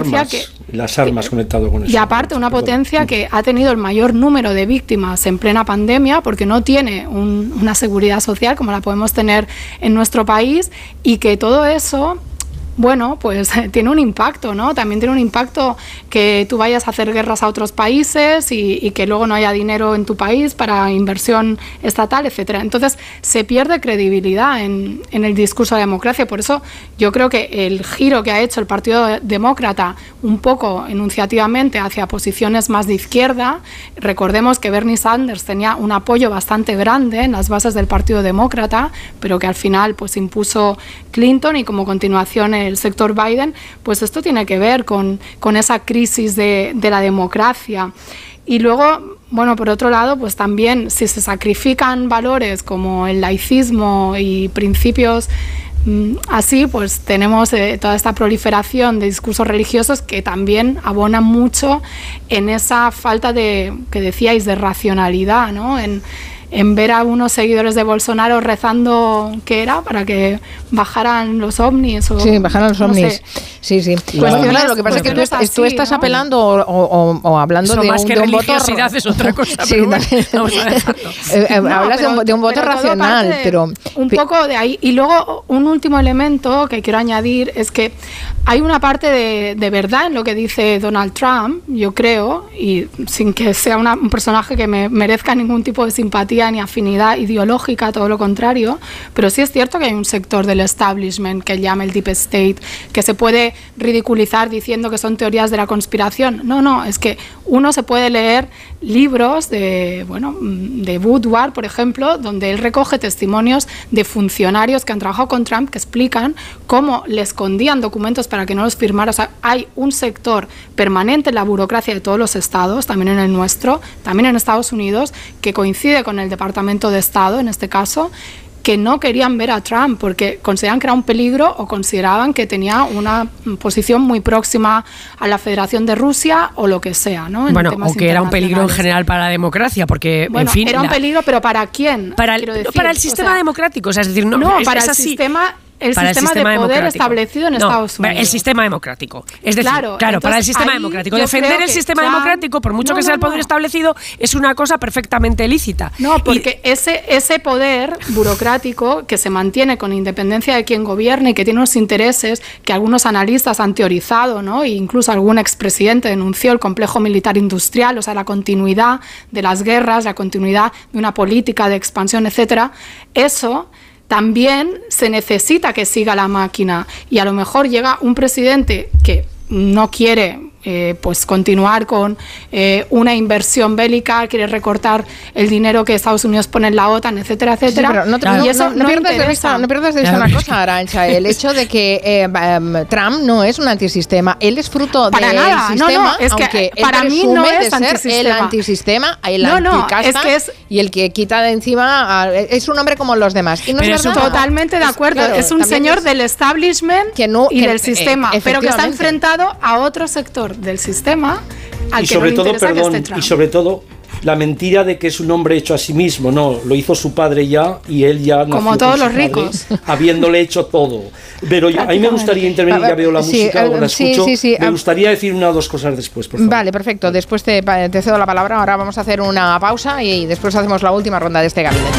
D: las armas conectado con eso.
F: Y aparte una potencia que ha tenido el mayor número de víctimas en plena pandemia, porque no tiene una seguridad social como la podemos tener en nuestro país, y que todo eso, bueno, pues tiene un impacto, ¿no? También tiene un impacto que tú vayas a hacer guerras a otros países y que luego no haya dinero en tu país para inversión estatal, etcétera. Entonces se pierde credibilidad en el discurso de la democracia. Por eso yo creo que el giro que ha hecho el Partido Demócrata, un poco enunciativamente hacia posiciones más de izquierda, recordemos que Bernie Sanders tenía un apoyo bastante grande en las bases del Partido Demócrata, pero que al final pues impuso Clinton, y como continuación el sector Biden, pues esto tiene que ver con esa crisis de la democracia. Y luego, bueno, por otro lado, pues también si se sacrifican valores como el laicismo y principios así, pues tenemos toda esta proliferación de discursos religiosos que también abonan mucho en esa falta de, que decíais, de racionalidad, ¿no? En ver a unos seguidores de Bolsonaro rezando, ¿qué era?, para que bajaran los ovnis.
A: Sí, bajaran los ovnis. Sí. Pues claro, lo que pasa es que tú estás apelando o hablando de un voto.
B: Es otra cosa.
A: Sí, hablas de un voto racional, pero
F: un poco de ahí. Y luego un último elemento que quiero añadir es que hay una parte de verdad en lo que dice Donald Trump, yo creo, y sin que sea un personaje que me merezca ningún tipo de simpatía ni afinidad ideológica, todo lo contrario, pero sí es cierto que hay un sector del establishment que llama el Deep State, que se puede ridiculizar diciendo que son teorías de la conspiración. No, es que uno se puede leer libros de Woodward, por ejemplo, donde él recoge testimonios de funcionarios que han trabajado con Trump que explican cómo le escondían documentos para que no los firmara. O sea, hay un sector permanente en la burocracia de todos los estados, también en el nuestro, también en Estados Unidos, que coincide con el Departamento de Estado, en este caso, que no querían ver a Trump porque consideraban que era un peligro o consideraban que tenía una posición muy próxima a la Federación de Rusia o lo que sea, ¿no?
B: Bueno, o que era un peligro en general para la democracia, porque,
F: bueno,
B: en fin...
F: era un peligro, pero ¿para quién?
B: Para el sistema democrático, o sea, es decir, no
F: para
B: es
F: el
B: así.
F: sistema de poder establecido en Estados Unidos.
B: El sistema democrático. Es decir, claro, para el sistema democrático. Defender el sistema democrático, por mucho que sea el poder establecido, es una cosa perfectamente lícita.
F: No, porque ese poder burocrático que se mantiene con independencia de quien gobierne y que tiene unos intereses que algunos analistas han teorizado, ¿no? E incluso algún expresidente denunció el complejo militar industrial, o sea, la continuidad de las guerras, la continuidad de una política de expansión, etcétera. Eso también se necesita que siga la máquina, y a lo mejor llega un presidente que no quiere pues continuar con una inversión bélica, quiere recortar el dinero que Estados Unidos pone en la OTAN, etcétera, etcétera.
A: Sí, no pierdas de vista una cosa, Arantxa, el hecho de que Trump no es un antisistema, él es fruto del sistema,
F: es que
A: aunque
F: para
A: él
F: mí no es
A: ser el antisistema, el anticasta, y el que quita de encima, es un hombre como los demás. Y no es verdad.
F: Totalmente de acuerdo, claro, es un señor del establishment y del sistema, pero que está enfrentado a otro sector del sistema al
D: y
F: que
D: sobre
F: no
D: todo,
F: le interesa
D: perdón,
F: que esté Trump.
D: Y sobre todo la mentira de que es un hombre hecho a sí mismo. No, lo hizo su padre ya, y él ya nació
F: como todos los
D: padre,
F: ricos,
D: habiéndole hecho todo. Pero a mí me gustaría intervenir, ya veo la música, la escucho, me gustaría decir una o dos cosas después, por favor.
A: Vale, perfecto, después te cedo la palabra. Ahora vamos a hacer una pausa y después hacemos la última ronda de este gabinete.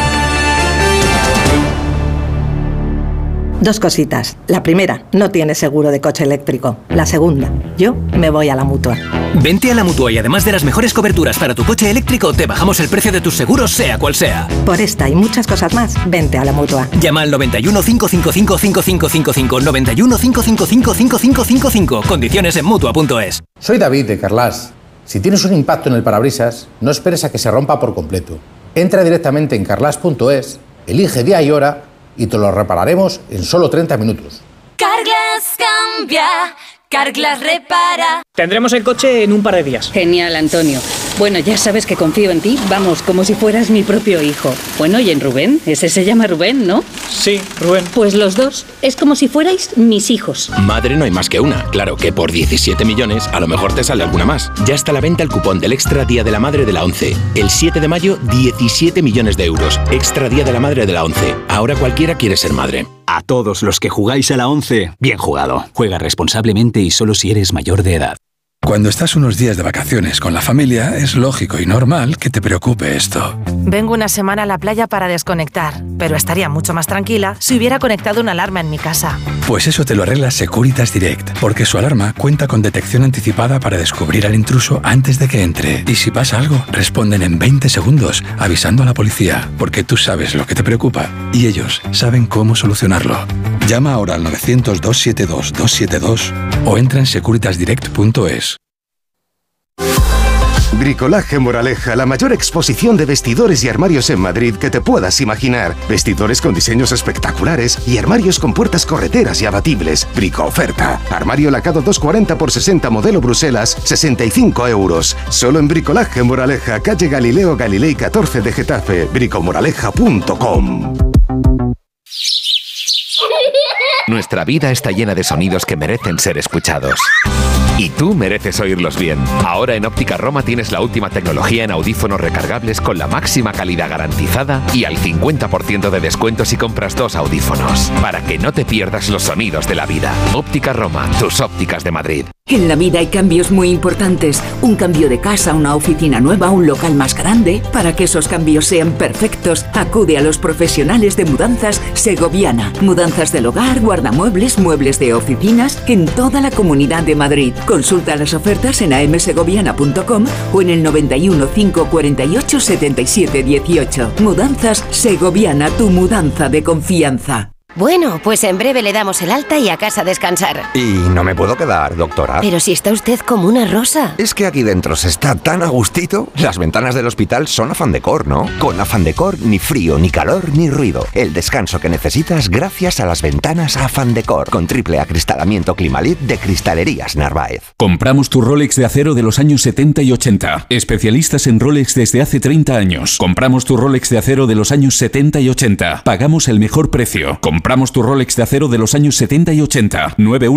G: Dos cositas. La primera, no tienes seguro de coche eléctrico. La segunda, yo me voy a la Mutua.
H: Vente a la Mutua y además de las mejores coberturas para tu coche eléctrico, te bajamos el precio de tus seguros, sea cual sea.
G: Por esta y muchas cosas más, vente a la Mutua.
H: Llama al 91 555 5555, 91 555 5555. Condiciones en Mutua.es.
I: Soy David de Carglass. Si tienes un impacto en el parabrisas, no esperes a que se rompa por completo. Entra directamente en Carglass.es, elige día y hora y te lo repararemos en solo 30 minutos.
J: Carglass cambia, Carglass repara.
E: Tendremos el coche en un par de días.
K: Genial, Antonio. Bueno, ya sabes que confío en ti, vamos, como si fueras mi propio hijo. Bueno, ¿y en Rubén? Ese se llama Rubén, ¿no?
E: Sí, Rubén.
K: Pues los dos, es como si fuerais mis hijos.
L: Madre no hay más que una. Claro que por 17 millones a lo mejor te sale alguna más. Ya está a la venta el cupón del Extra Día de la Madre de la ONCE. El 7 de mayo, 17 millones de euros. Extra Día de la Madre de la ONCE. Ahora cualquiera quiere ser madre.
M: A todos los que jugáis a la ONCE, bien jugado. Juega responsablemente y solo si eres mayor de edad.
N: Cuando estás unos días de vacaciones con la familia, es lógico y normal que te preocupe esto.
O: Vengo una semana a la playa para desconectar, pero estaría mucho más tranquila si hubiera conectado una alarma en mi casa.
N: Pues eso te lo arregla Securitas Direct, porque su alarma cuenta con detección anticipada para descubrir al intruso antes de que entre. Y si pasa algo, responden en 20 segundos, avisando a la policía, porque tú sabes lo que te preocupa y ellos saben cómo solucionarlo. Llama ahora al 900-272-272 o entra en securitasdirect.es.
P: Bricolaje Moraleja, la mayor exposición de vestidores y armarios en Madrid que te puedas imaginar. Vestidores con diseños espectaculares y armarios con puertas correteras y abatibles. Brico oferta. Armario lacado 240 x 60 modelo Bruselas, 65 euros. Solo en Bricolaje Moraleja, calle Galileo Galilei 14 de Getafe. bricomoraleja.com.
Q: Nuestra vida está llena de sonidos que merecen ser escuchados. Y tú mereces oírlos bien. Ahora en Óptica Roma tienes la última tecnología en audífonos recargables con la máxima calidad garantizada y al 50% de descuento si compras 2 audífonos. Para que no te pierdas los sonidos de la vida. Óptica Roma, tus ópticas de Madrid.
R: En la vida hay cambios muy importantes. Un cambio de casa, una oficina nueva, un local más grande. Para que esos cambios sean perfectos, acude a los profesionales de Mudanzas Segoviana. Mudanzas del hogar, guardamuebles, muebles de oficinas en toda la Comunidad de Madrid. Consulta las ofertas en amsegoviana.com o en el 91 548 77 18. Mudanzas Segoviana, tu mudanza de confianza.
S: Bueno, pues en breve le damos el alta y a casa a descansar.
T: Y no me puedo quedar, doctora.
S: Pero si está usted como una rosa.
T: Es que aquí dentro se está tan a gustito. Las ventanas del hospital son Afan Decor, ¿no? Con Afan Decor ni frío, ni calor, ni ruido. El descanso que necesitas gracias a las ventanas Afan Decor. Con triple acristalamiento Climalit de Cristalerías Narváez.
U: Compramos tu Rolex de acero de los años 70 y 80. Especialistas en Rolex desde hace 30 años. Compramos tu Rolex de acero de los años 70 y 80. Pagamos el mejor precio. Compramos tu Rolex de acero de los años 70 y 80.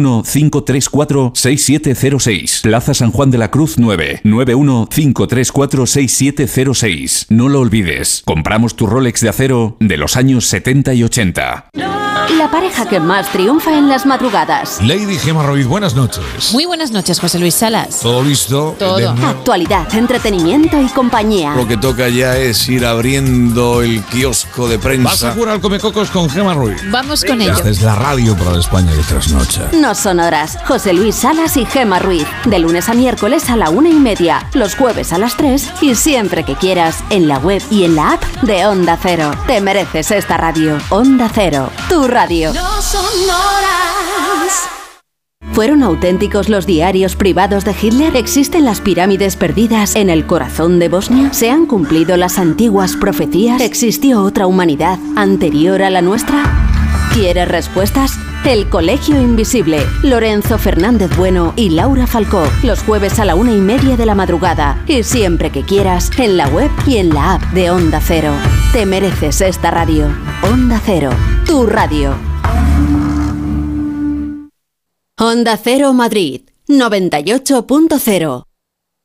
U: 915346706. Plaza San Juan de la Cruz 9. 915346706. No lo olvides. Compramos tu Rolex de acero de los años 70 y 80.
V: La pareja que más triunfa en las madrugadas.
W: Lady Gemma Ruiz, buenas noches.
V: Muy buenas noches, José Luis Salas.
W: ¿Todo listo?
V: Todo. Actualidad, entretenimiento y compañía.
W: Lo que toca ya es ir abriendo el kiosco de prensa. ¿Vas a jugar al Comecocos con Gemma Ruiz?
V: Vamos con ello.
W: Esta es la radio para la España de trasnocha.
V: No son horas. José Luis Salas y Gemma Ruiz. De lunes a miércoles a la 1:30. Los jueves a las 3. Y siempre que quieras, en la web y en la app de Onda Cero. Te mereces esta radio. Onda Cero. Tu radio.
J: No son horas.
V: ¿Fueron auténticos los diarios privados de Hitler? ¿Existen las pirámides perdidas en el corazón de Bosnia? ¿Se han cumplido las antiguas profecías? ¿Existió otra humanidad anterior a la nuestra? ¿Quieres respuestas? El Colegio Invisible. Lorenzo Fernández Bueno y Laura Falcó. Los jueves a la 1:30 de la madrugada. Y siempre que quieras, en la web y en la app de Onda Cero. Te mereces esta radio. Onda Cero. Tu radio. Onda Cero Madrid. 98.0.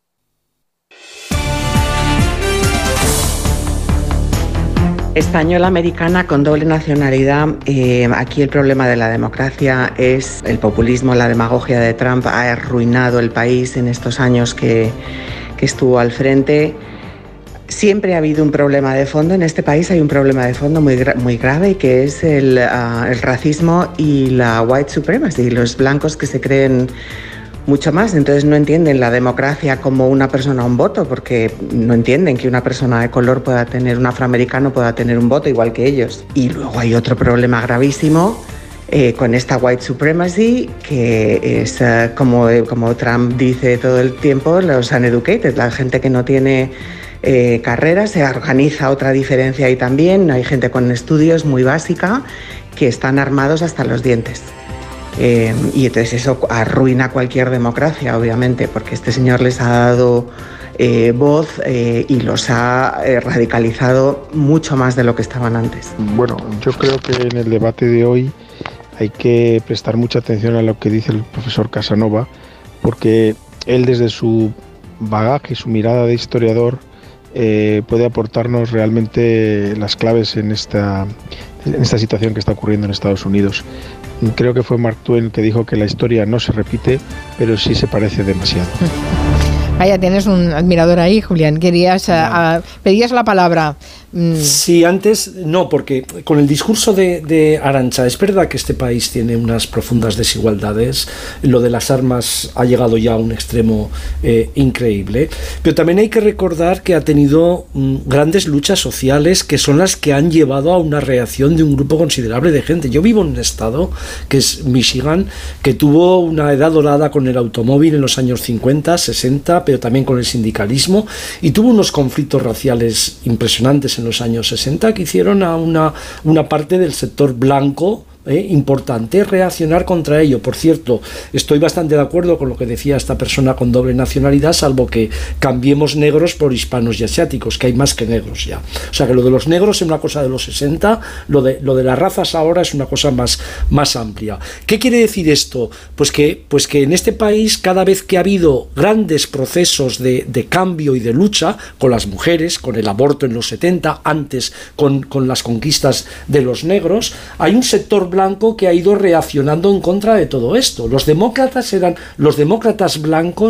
X: Española americana con doble nacionalidad. Aquí el problema de la democracia es el populismo, la demagogia de Trump ha arruinado el país en estos años que estuvo al frente. Siempre ha habido un problema de fondo en este país, hay un problema de fondo muy grave, que es el racismo y la white supremacy, los blancos que se creen mucho más, entonces no entienden la democracia como una persona un voto, porque no entienden que una persona de color pueda tener, un afroamericano pueda tener un voto igual que ellos. Y luego hay otro problema gravísimo con esta white supremacy, que es como Trump dice todo el tiempo, los uneducated, la gente que no tiene carrera. Se organiza otra diferencia ahí también, hay gente con estudios muy básica que están armados hasta los dientes. Y entonces eso arruina cualquier democracia, obviamente, porque este señor les ha dado voz y los ha radicalizado mucho más de lo que estaban antes.
Y: Bueno, yo creo que en el debate de hoy hay que prestar mucha atención a lo que dice el profesor Casanova, porque él, desde su bagaje, su mirada de historiador, puede aportarnos realmente las claves en esta situación que está ocurriendo en Estados Unidos. Creo que fue Mark Twain que dijo que la historia no se repite, pero sí se parece demasiado.
A: Vaya, tienes un admirador ahí, Julián. Pedías la palabra.
D: Sí, antes no, porque con el discurso de Arantxa, es verdad que este país tiene unas profundas desigualdades, lo de las armas ha llegado ya a un extremo increíble, pero también hay que recordar que ha tenido grandes luchas sociales que son las que han llevado a una reacción de un grupo considerable de gente. Yo vivo en un estado que es Michigan, que tuvo una edad dorada con el automóvil en los años 50, 60, pero también con el sindicalismo, y tuvo unos conflictos raciales impresionantes en los años 60 que hicieron a una parte del sector blanco importante reaccionar contra ello. Por cierto, estoy bastante de acuerdo con lo que decía esta persona con doble nacionalidad, salvo que cambiemos negros por hispanos y asiáticos, que hay más que negros ya. O sea que lo de los negros es una cosa de los 60, lo de las razas ahora es una cosa más amplia. ¿Qué quiere decir esto? Pues que en este país, cada vez que ha habido grandes procesos de cambio y de lucha con las mujeres, con el aborto en los 70, antes con las conquistas de los negros, hay un sector blanco que ha ido reaccionando en contra de todo esto. Los demócratas blancos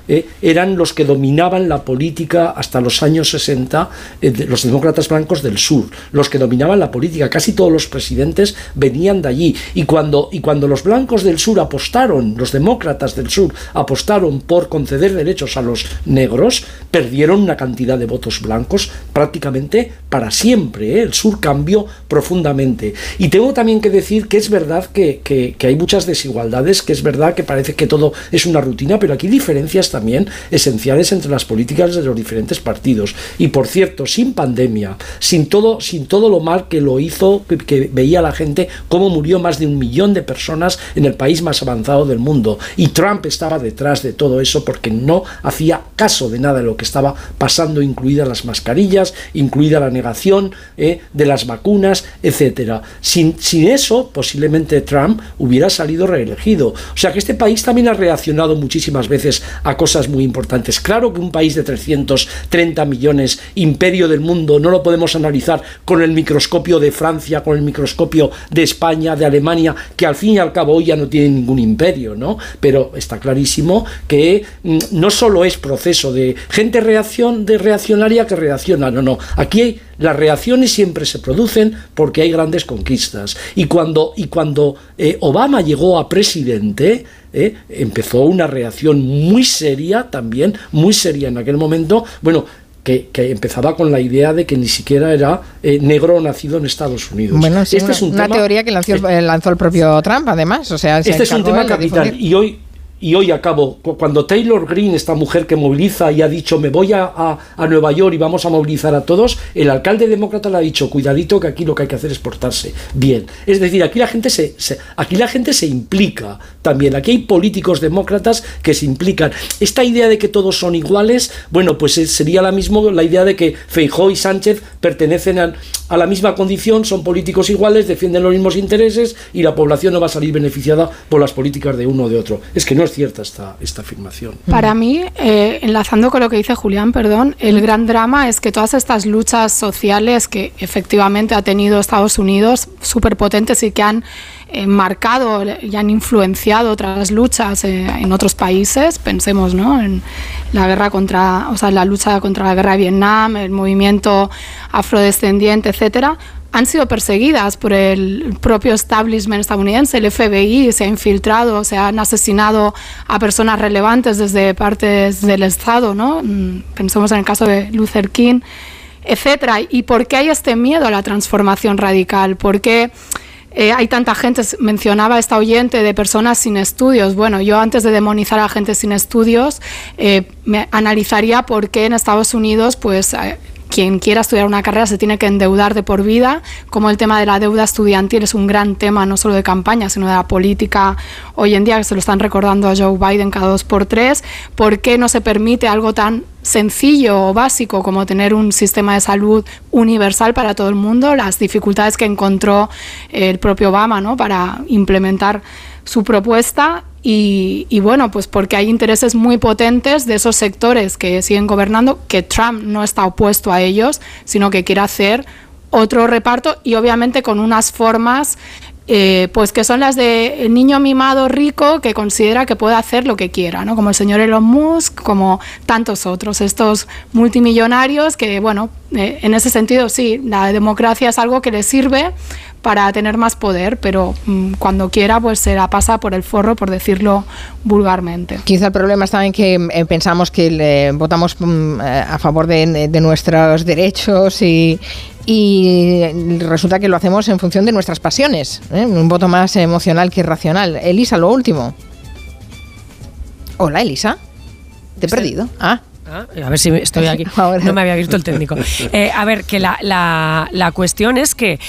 D: eran los que dominaban la política hasta los años 60, los demócratas blancos del sur, los que dominaban la política. Casi todos los presidentes venían de allí. Y cuando los blancos del sur apostaron, los demócratas del sur apostaron por conceder derechos a los negros, perdieron una cantidad de votos blancos prácticamente para siempre. El sur cambió profundamente. Y tengo también que decir que es verdad que hay muchas desigualdades, que es verdad que parece que todo es una rutina, pero aquí hay diferencias también esenciales entre las políticas de los diferentes partidos. Y por cierto, sin pandemia, sin todo lo mal que lo hizo, que veía la gente, cómo murió más de 1 millón de personas en el país más avanzado del mundo. Y Trump estaba detrás de todo eso porque no hacía caso de nada de lo que estaba pasando, incluidas las mascarillas, incluida la negación de las vacunas, etcétera. Sin eso, posiblemente Trump hubiera salido reelegido. O sea que este país también ha reaccionado muchísimas veces a cosas muy importantes. Claro que un país de 330 millones, imperio del mundo, no lo podemos analizar con el microscopio de Francia, con el microscopio de España, de Alemania, que al fin y al cabo hoy ya no tienen ningún imperio, ¿no? Pero está clarísimo que no solo es proceso de gente reaccionaria que reacciona, no. Aquí las reacciones siempre se producen porque hay grandes conquistas. Y cuando Obama llegó a presidente, empezó una reacción muy seria también, muy seria en aquel momento, que empezaba con la idea de que ni siquiera era negro nacido en Estados Unidos.
A: Bueno, sí, este es una teoría que lanzó el propio Trump, además. O sea,
D: este es un tema capital. Y hoy acabo, cuando Taylor Greene, esta mujer que moviliza y ha dicho me voy a Nueva York y vamos a movilizar a todos, el alcalde demócrata le ha dicho cuidadito que aquí lo que hay que hacer es portarse bien. Es decir, aquí la gente se implica también, aquí hay políticos demócratas que se implican. Esta idea de que todos son iguales, pues sería la idea de que Feijóo y Sánchez pertenecen a la misma condición, son políticos iguales, defienden los mismos intereses y la población no va a salir beneficiada por las políticas de uno o de otro. Es que no es cierta esta afirmación.
B: Para mí, enlazando con lo que dice Julián, el gran drama es que todas estas luchas sociales que efectivamente ha tenido Estados Unidos, súper potentes y que han marcado y han influenciado otras luchas en otros países, pensemos, ¿no?, en la guerra la lucha contra la guerra de Vietnam, el movimiento afrodescendiente, etcétera, han sido perseguidas por el propio establishment estadounidense. El FBI se ha infiltrado, se han asesinado a personas relevantes desde partes del Estado, ¿no? Pensemos en el caso de Luther King, etcétera. ¿Y por qué hay este miedo a la transformación radical? ¿Por qué hay tanta gente? Mencionaba esta oyente de personas sin estudios. Bueno, yo antes de demonizar a la gente sin estudios, me analizaría por qué en Estados Unidos, quien quiera estudiar una carrera se tiene que endeudar de por vida, como el tema de la deuda estudiantil es un gran tema no solo de campaña, sino de la política hoy en día, que se lo están recordando a Joe Biden cada 2x3. ¿Por qué no se permite algo tan sencillo o básico como tener un sistema de salud universal para todo el mundo? Las dificultades que encontró el propio Obama, ¿no?, para implementar su propuesta. Y porque hay intereses muy potentes de esos sectores que siguen gobernando, que Trump no está opuesto a ellos, sino que quiere hacer otro reparto y obviamente con unas formas que son las de el niño mimado rico que considera que puede hacer lo que quiera, ¿no?, como el señor Elon Musk, como tantos otros, estos multimillonarios que, en ese sentido sí, la democracia es algo que les sirve para tener más poder, pero cuando quiera se la pasa por el forro, por decirlo vulgarmente.
A: Quizá el problema está en que pensamos que votamos a favor de nuestros derechos y resulta que lo hacemos en función de nuestras pasiones, un voto más emocional que racional. Elisa, lo último. Hola, Elisa. Te he perdido.
C: A ver si estoy aquí. No me había visto el técnico. A ver, que la cuestión es que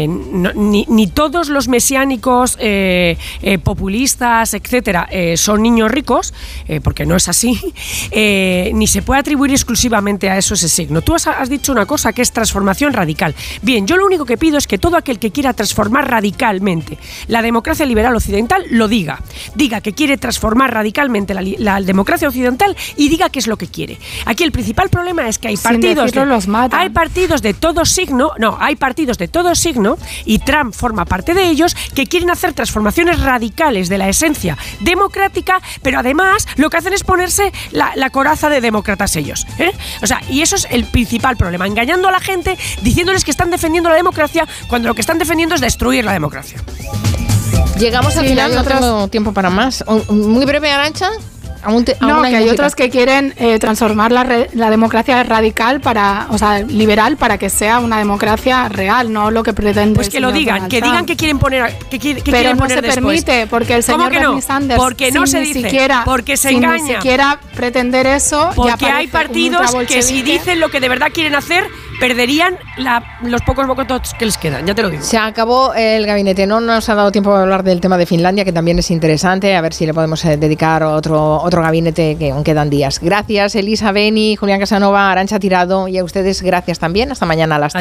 C: ni todos los mesiánicos populistas, etcétera, son niños ricos, porque no es así, ni se puede atribuir exclusivamente a eso ese signo. Tú has dicho una cosa que es transformación radical. Bien, yo lo único que pido es que todo aquel que quiera transformar radicalmente la democracia liberal occidental lo diga que quiere transformar radicalmente la democracia occidental y diga qué es lo que quiere. vale. Aquí el principal problema es que hay partidos de todo signo, y Trump forma parte de ellos, que quieren hacer transformaciones radicales de la esencia democrática, pero además lo que hacen es ponerse la coraza de demócratas ellos, ¿eh? O sea, y eso es el principal problema, engañando a la gente, diciéndoles que están defendiendo la democracia, cuando lo que están defendiendo es destruir la democracia.
A: Llegamos al final, no tengo tiempo para más. Muy breve, Arantxa.
B: Que hay otros que quieren transformar la democracia radical liberal para que sea una democracia real, no lo que pretende.
C: Pues que lo digan, que digan que quieren poner,
B: pero no se permite, porque el señor Bernie Sanders,
C: porque no se dice, porque se engaña,
B: ni siquiera pretender eso,
C: porque hay partidos que si dicen lo que de verdad quieren hacer, perderían los pocos votos que les quedan, ya te lo digo.
A: Se acabó el gabinete, no nos ha dado tiempo de hablar del tema de Finlandia, que también es interesante, a ver si le podemos dedicar otro gabinete, que aún quedan días. Gracias, Elisa Beni, Julián Casanova, Arantxa Tirado, y a ustedes gracias también. Hasta mañana a las 3.